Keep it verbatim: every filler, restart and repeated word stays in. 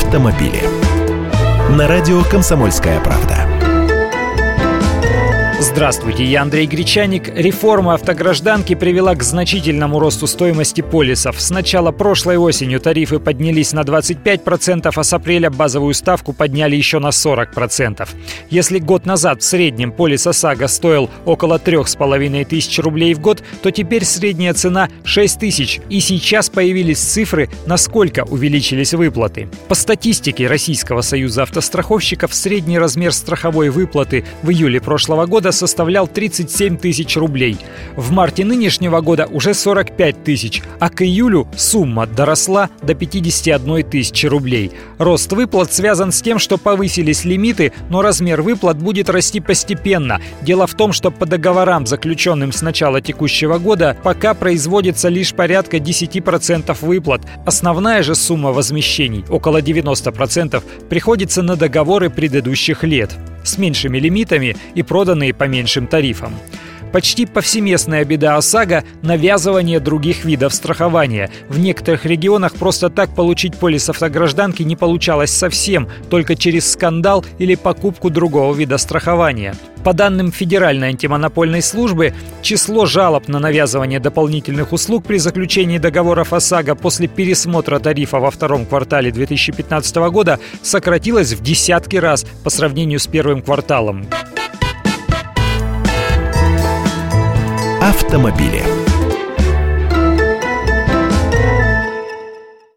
автомобили. На радио «Комсомольская правда». Здравствуйте, я Андрей Гречаник. Реформа автогражданки привела к значительному росту стоимости полисов. С начала прошлой осенью тарифы поднялись на двадцать пять процентов, а с апреля базовую ставку подняли еще на сорок процентов. Если год назад в среднем полис ОСАГО стоил около трех с половиной тысяч рублей в год, то теперь средняя цена шесть тысяч. И сейчас появились цифры, насколько увеличились выплаты. По статистике Российского союза автостраховщиков, средний размер страховой выплаты в июле прошлого года составлял тридцать семь тысяч рублей. В марте нынешнего года уже сорок пять тысяч, а к июлю сумма доросла до пятьдесят одна тысяча рублей. Рост выплат связан с тем, что повысились лимиты, но размер выплат будет расти постепенно. Дело в том, что по договорам, заключенным с начала текущего года, пока производится лишь порядка десять процентов выплат. Основная же сумма возмещений, около девяносто процентов, приходится на договоры предыдущих лет, с меньшими лимитами и проданные по меньшим тарифам. Почти повсеместная беда ОСАГО – навязывание других видов страхования. В некоторых регионах просто так получить полис автогражданки не получалось совсем, только через скандал или покупку другого вида страхования. По данным Федеральной антимонопольной службы, число жалоб на навязывание дополнительных услуг при заключении договоров ОСАГО после пересмотра тарифа во втором квартале две тысячи пятнадцатого года сократилось в десятки раз по сравнению с первым кварталом. Автомобили.